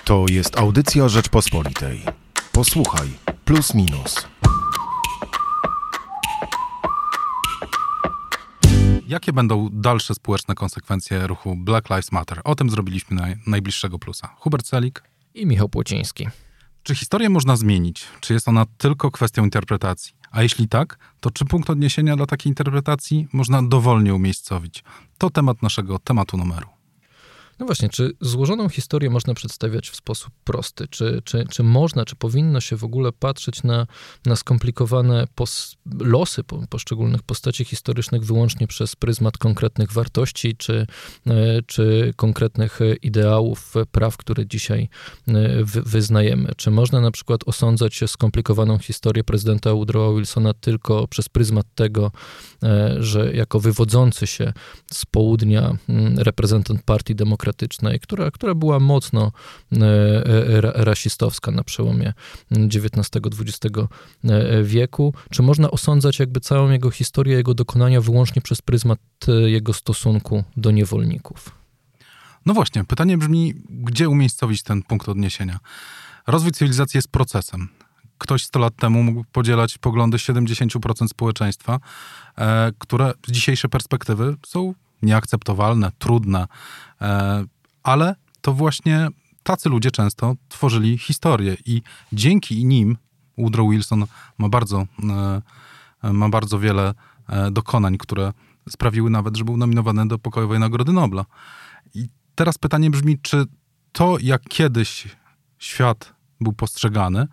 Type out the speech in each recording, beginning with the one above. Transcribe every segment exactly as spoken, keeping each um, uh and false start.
To jest audycja Rzeczpospolitej. Posłuchaj, plus minus. Jakie będą dalsze społeczne konsekwencje ruchu Black Lives Matter? O tym zrobiliśmy naj, najbliższego plusa. Hubert Celik i Michał Płociński. Czy historię można zmienić? Czy jest ona tylko kwestią interpretacji? A jeśli tak, to czy punkt odniesienia dla takiej interpretacji można dowolnie umiejscowić? To temat naszego tematu numeru. No właśnie, czy złożoną historię można przedstawiać w sposób prosty? Czy, czy, czy można, czy powinno się w ogóle patrzeć na, na skomplikowane pos, losy po, poszczególnych postaci historycznych wyłącznie przez pryzmat konkretnych wartości, czy, czy konkretnych ideałów, praw, które dzisiaj wy, wyznajemy? Czy można na przykład osądzać skomplikowaną historię prezydenta Woodrowa Wilsona tylko przez pryzmat tego, że jako wywodzący się z południa reprezentant partii demokratycznej, Która, która była mocno e, ra, rasistowska na przełomie dziewiętnastego dwudziestego wieku. Czy można osądzać jakby całą jego historię, jego dokonania wyłącznie przez pryzmat jego stosunku do niewolników? No właśnie, pytanie brzmi, gdzie umiejscowić ten punkt odniesienia? Rozwój cywilizacji jest procesem. Ktoś sto lat temu mógł podzielać poglądy siedemdziesiąt procent społeczeństwa, e, które z dzisiejszej perspektywy są nieakceptowalne, trudne, ale to właśnie tacy ludzie często tworzyli historię i dzięki nim Woodrow Wilson ma bardzo, ma bardzo wiele dokonań, które sprawiły nawet, że był nominowany do Pokojowej Nagrody Nobla. I teraz pytanie brzmi, czy to, jak kiedyś świat był postrzegany,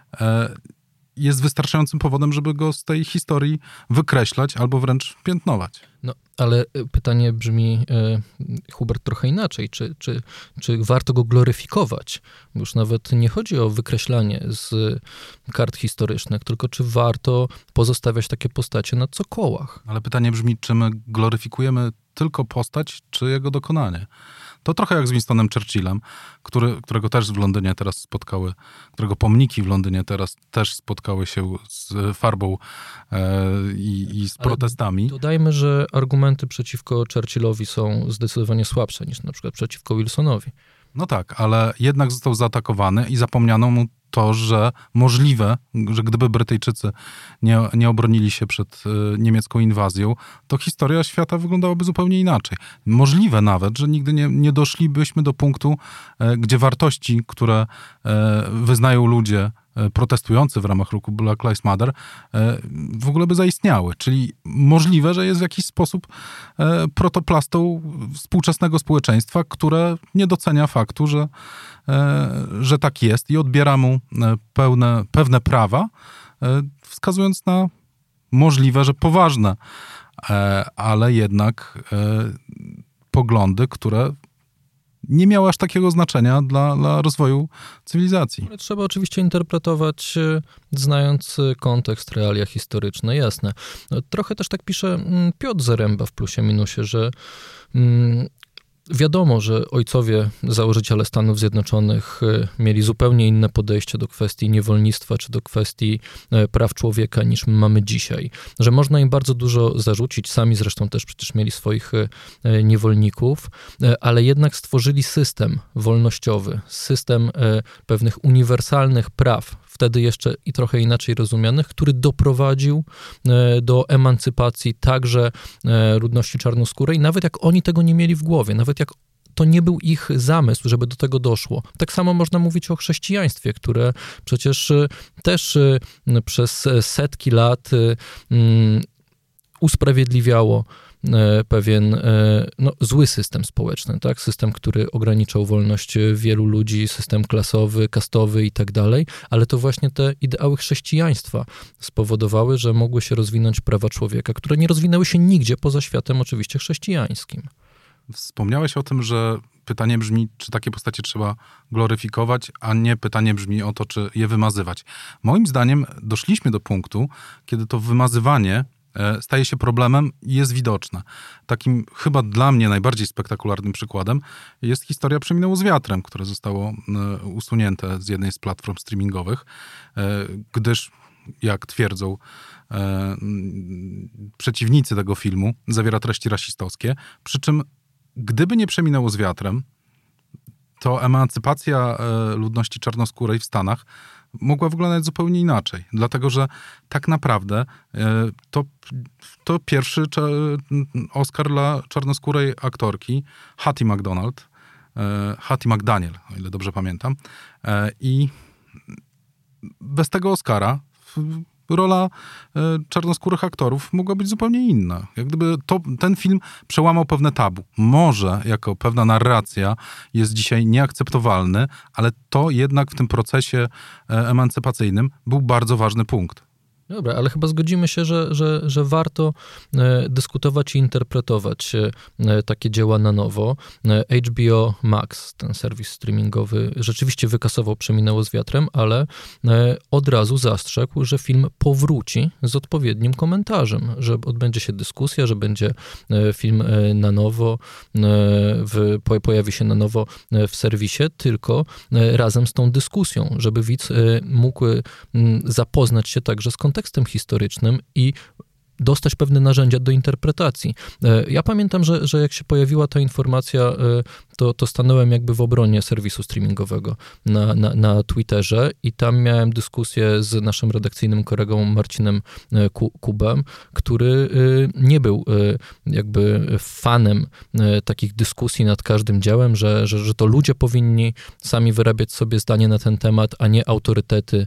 jest wystarczającym powodem, żeby go z tej historii wykreślać albo wręcz piętnować. No, ale pytanie brzmi, e, Hubert, trochę inaczej. Czy, czy, czy warto go gloryfikować? Bo już nawet nie chodzi o wykreślanie z kart historycznych, tylko czy warto pozostawiać takie postacie na cokołach? Ale pytanie brzmi, czy my gloryfikujemy tylko postać, czy jego dokonanie? To trochę jak z Winstonem Churchillem, który, którego też w Londynie teraz spotkały, którego pomniki w Londynie teraz też spotkały się z farbą e, i, i z Ale protestami. Dodajmy, że argumenty przeciwko Churchillowi są zdecydowanie słabsze niż na przykład przeciwko Wilsonowi. No tak, ale jednak został zaatakowany i zapomniano mu to, że możliwe, że gdyby Brytyjczycy nie, nie obronili się przed y, niemiecką inwazją, to historia świata wyglądałaby zupełnie inaczej. Możliwe nawet, że nigdy nie, nie doszlibyśmy do punktu, y, gdzie wartości, które y, wyznają ludzie y, protestujący w ramach ruchu Black Lives Matter, y, w ogóle by zaistniały. Czyli możliwe, że jest w jakiś sposób y, protoplastą współczesnego społeczeństwa, które nie docenia faktu, że że tak jest i odbiera mu pełne, pewne prawa, wskazując na możliwe, że poważne, ale jednak poglądy, które nie miały aż takiego znaczenia dla, dla rozwoju cywilizacji. Ale trzeba oczywiście interpretować, znając kontekst, realia historyczne, jasne. Trochę też tak pisze Piotr Zaręba w Plusie Minusie, że wiadomo, że ojcowie, założyciele Stanów Zjednoczonych mieli zupełnie inne podejście do kwestii niewolnictwa czy do kwestii praw człowieka niż my mamy dzisiaj. Że można im bardzo dużo zarzucić, sami zresztą też przecież mieli swoich niewolników, ale jednak stworzyli system wolnościowy, system pewnych uniwersalnych praw, wtedy jeszcze i trochę inaczej rozumianych, który doprowadził do emancypacji także ludności czarnoskórej, nawet jak oni tego nie mieli w głowie, nawet jak to nie był ich zamysł, żeby do tego doszło. Tak samo można mówić o chrześcijaństwie, które przecież też przez setki lat usprawiedliwiało pewien no, zły system społeczny, tak? System, który ograniczał wolność wielu ludzi, system klasowy, kastowy i tak dalej, ale to właśnie te ideały chrześcijaństwa spowodowały, że mogły się rozwinąć prawa człowieka, które nie rozwinęły się nigdzie poza światem oczywiście chrześcijańskim. Wspomniałeś o tym, że pytanie brzmi, czy takie postacie trzeba gloryfikować, a nie pytanie brzmi o to, czy je wymazywać. Moim zdaniem doszliśmy do punktu, kiedy to wymazywanie staje się problemem i jest widoczne. Takim chyba dla mnie najbardziej spektakularnym przykładem jest historia Przeminęło z wiatrem, które zostało usunięte z jednej z platform streamingowych, gdyż, jak twierdzą przeciwnicy tego filmu, zawiera treści rasistowskie, przy czym gdyby nie Przeminęło z wiatrem, to emancypacja ludności czarnoskórej w Stanach mogła wyglądać zupełnie inaczej. Dlatego, że tak naprawdę to, to pierwszy Oscar dla czarnoskórej aktorki, Hattie McDonald, Hattie McDaniel, o ile dobrze pamiętam. I bez tego Oscara rola czarnoskórych aktorów mogła być zupełnie inna. Jak gdyby to, ten film przełamał pewne tabu. Może jako pewna narracja jest dzisiaj nieakceptowalny, ale to jednak w tym procesie emancypacyjnym był bardzo ważny punkt. Dobra, ale chyba zgodzimy się, że, że, że warto e, dyskutować i interpretować e, takie dzieła na nowo. E, H B O Max, ten serwis streamingowy, rzeczywiście wykasował Przeminęło z wiatrem, ale e, od razu zastrzegł, że film powróci z odpowiednim komentarzem, że odbędzie się dyskusja, że będzie e, film e, na nowo, e, w, po, pojawi się na nowo w serwisie, tylko e, razem z tą dyskusją, żeby widz e, mógł e, zapoznać się także z kontekstem kontekstem historycznym i dostać pewne narzędzia do interpretacji. Ja pamiętam, że, że jak się pojawiła ta informacja, to, to stanąłem jakby w obronie serwisu streamingowego na, na, na Twitterze i tam miałem dyskusję z naszym redakcyjnym kolegą Marcinem Kubem, który nie był jakby fanem takich dyskusji nad każdym dziełem, że, że, że to ludzie powinni sami wyrabiać sobie zdanie na ten temat, a nie autorytety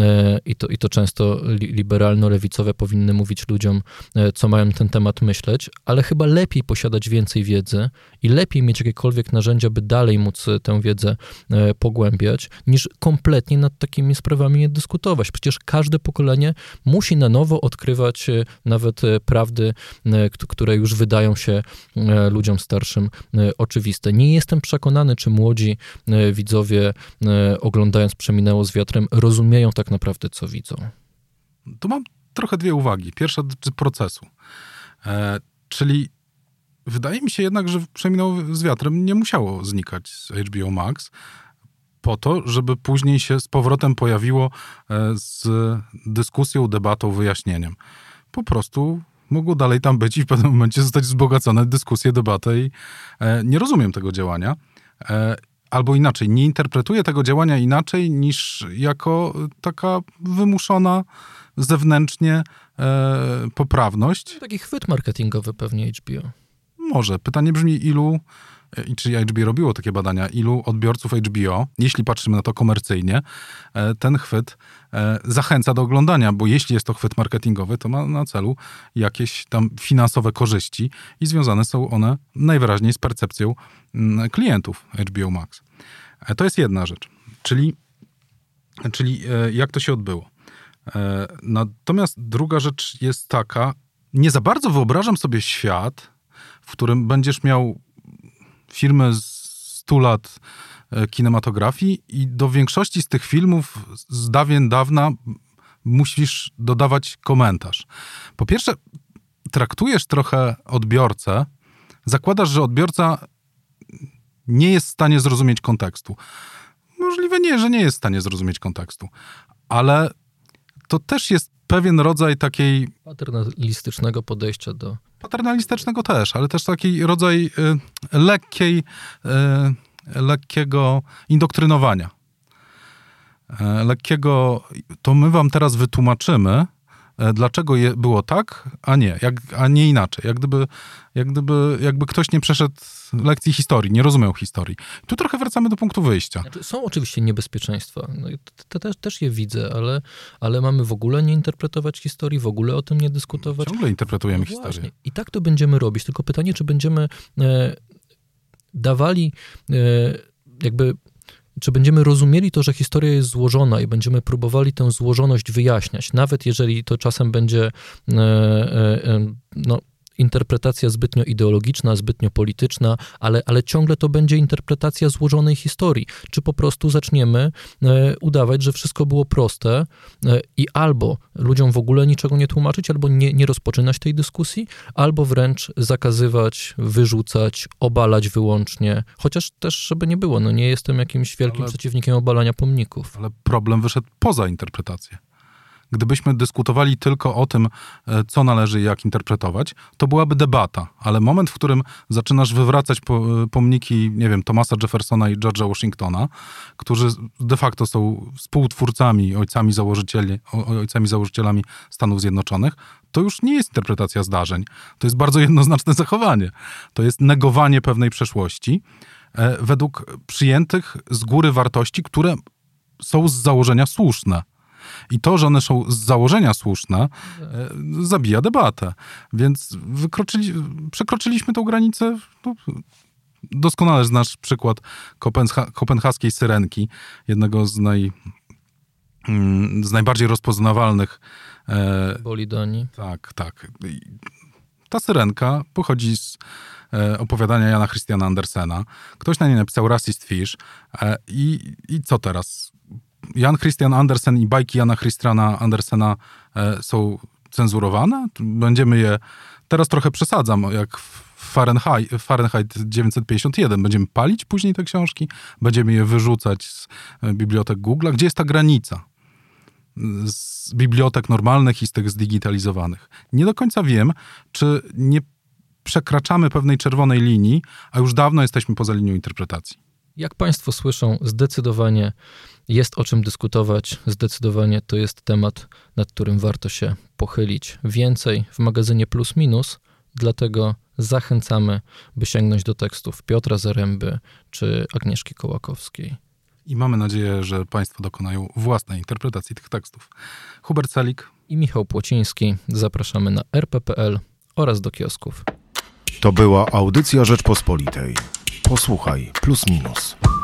i to, i to często liberalno-lewicowe powinny mówić ludziom, co mają na ten temat myśleć, ale chyba lepiej posiadać więcej wiedzy i lepiej mieć jakiekolwiek narzędzia, by dalej móc tę wiedzę pogłębiać, niż kompletnie nad takimi sprawami nie dyskutować. Przecież każde pokolenie musi na nowo odkrywać nawet prawdy, które już wydają się ludziom starszym oczywiste. Nie jestem przekonany, czy młodzi widzowie, oglądając Przeminęło z wiatrem, rozumieją tak naprawdę, co widzą. Tu mam trochę dwie uwagi. Pierwsza dotyczy procesu. E, czyli wydaje mi się jednak, że Przeminęło z wiatrem nie musiało znikać z H B O Max po to, żeby później się z powrotem pojawiło e, z dyskusją, debatą, wyjaśnieniem. Po prostu mogło dalej tam być i w pewnym momencie zostać wzbogacone dyskusje, debatę i e, nie rozumiem tego działania. E, albo inaczej, nie interpretuję tego działania inaczej niż jako taka wymuszona zewnętrznie e, poprawność. Taki chwyt marketingowy pewnie H B O. Może. Pytanie brzmi, ilu, i czy H B O robiło takie badania, ilu odbiorców H B O, jeśli patrzymy na to komercyjnie, e, ten chwyt e, zachęca do oglądania, bo jeśli jest to chwyt marketingowy, to ma na celu jakieś tam finansowe korzyści i związane są one najwyraźniej z percepcją m, klientów H B O Max. E, to jest jedna rzecz. Czyli, czyli e, jak to się odbyło? Natomiast druga rzecz jest taka, nie za bardzo wyobrażam sobie świat, w którym będziesz miał firmę z stu lat kinematografii i do większości z tych filmów z dawien dawna musisz dodawać komentarz. Po pierwsze, traktujesz trochę odbiorcę, zakładasz, że odbiorca nie jest w stanie zrozumieć kontekstu. Możliwe nie, że nie jest w stanie zrozumieć kontekstu, ale to też jest pewien rodzaj takiej... paternalistycznego podejścia do... Paternalistycznego też, ale też taki rodzaj y, lekkiej, y, lekkiego indoktrynowania. Y, lekkiego... To my wam teraz wytłumaczymy, y, dlaczego je, było tak, a nie, jak, a nie inaczej. Jak gdyby, jak gdyby jakby ktoś nie przeszedł lekcji historii, nie rozumiał historii. Tu trochę wracamy do punktu wyjścia. Znaczy, są oczywiście niebezpieczeństwa. No, te, te, też je widzę, ale, ale mamy w ogóle nie interpretować historii, w ogóle o tym nie dyskutować. Ciągle interpretujemy no historię. Właśnie. I tak to będziemy robić. Tylko pytanie, czy będziemy e, dawali e, jakby... Czy będziemy rozumieli to, że historia jest złożona i będziemy próbowali tę złożoność wyjaśniać, nawet jeżeli to czasem będzie e, e, no, interpretacja zbytnio ideologiczna, zbytnio polityczna, ale, ale ciągle to będzie interpretacja złożonej historii. Czy po prostu zaczniemy e, udawać, że wszystko było proste e, i albo ludziom w ogóle niczego nie tłumaczyć, albo nie, nie rozpoczynać tej dyskusji, albo wręcz zakazywać, wyrzucać, obalać wyłącznie. Chociaż też, żeby nie było, no nie jestem jakimś wielkim ale, przeciwnikiem obalania pomników. Ale problem wyszedł poza interpretację. gdybyśmy dyskutowali tylko o tym, co należy i jak interpretować, to byłaby debata. Ale moment, w którym zaczynasz wywracać pomniki, nie wiem, Thomasa Jeffersona i George'a Washingtona, którzy de facto są współtwórcami, ojcami założycieli, ojcami założycielami Stanów Zjednoczonych, to już nie jest interpretacja zdarzeń. To jest bardzo jednoznaczne zachowanie. To jest negowanie pewnej przeszłości według przyjętych z góry wartości, które są z założenia słuszne. I to, że one są z założenia słuszne, zabija debatę. Więc wykroczyli, przekroczyliśmy tą granicę. No, doskonale znasz przykład kopenha, kopenhaskiej syrenki, jednego z, naj, z najbardziej rozpoznawalnych. Bolidoni. Tak, tak. Ta syrenka pochodzi z opowiadania Jana Christiana Andersena. Ktoś na nie napisał Racist Fish. I, i co teraz? Jan Christian Andersen i bajki Jana Christiana Andersena są cenzurowane? Będziemy je, teraz trochę przesadzam, jak Fahrenheit, Fahrenheit dziewięćset pięćdziesiąt jeden. Będziemy palić później te książki? Będziemy je wyrzucać z bibliotek Google'a? Gdzie jest ta granica? Z bibliotek normalnych i z tych zdigitalizowanych. Nie do końca wiem, czy nie przekraczamy pewnej czerwonej linii, a już dawno jesteśmy poza linią interpretacji. Jak Państwo słyszą, zdecydowanie jest o czym dyskutować, zdecydowanie to jest temat, nad którym warto się pochylić więcej w magazynie Plus Minus, dlatego zachęcamy, by sięgnąć do tekstów Piotra Zaręby czy Agnieszki Kołakowskiej. I mamy nadzieję, że Państwo dokonają własnej interpretacji tych tekstów. Hubert Celik i Michał Płociński. Zapraszamy na er pe pe el oraz do kiosków. To była audycja Rzeczpospolitej. Posłuchaj, Plus Minus.